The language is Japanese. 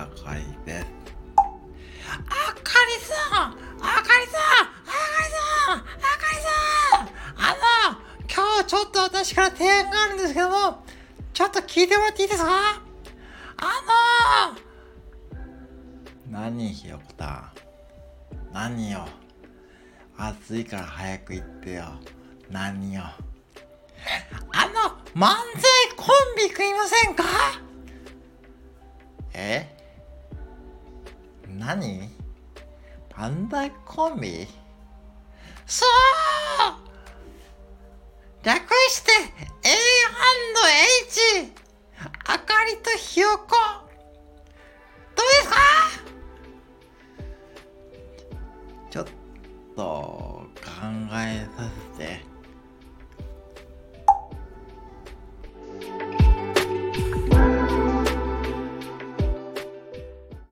あかりです。 あかりさん、あかりさん、あかりさん、あかりさん、今日ちょっと私から提案があるんですけども、ちょっと聞いてもらっていいですか？ 何ひよこたん、何よ。暑いから早く行ってよ。何よ。 漫才コンビ組みませんか？ 何？漫才コンビ？ そう、略して A&H、 あかりとひよこ、どうですか？ ちょっと考えさせて。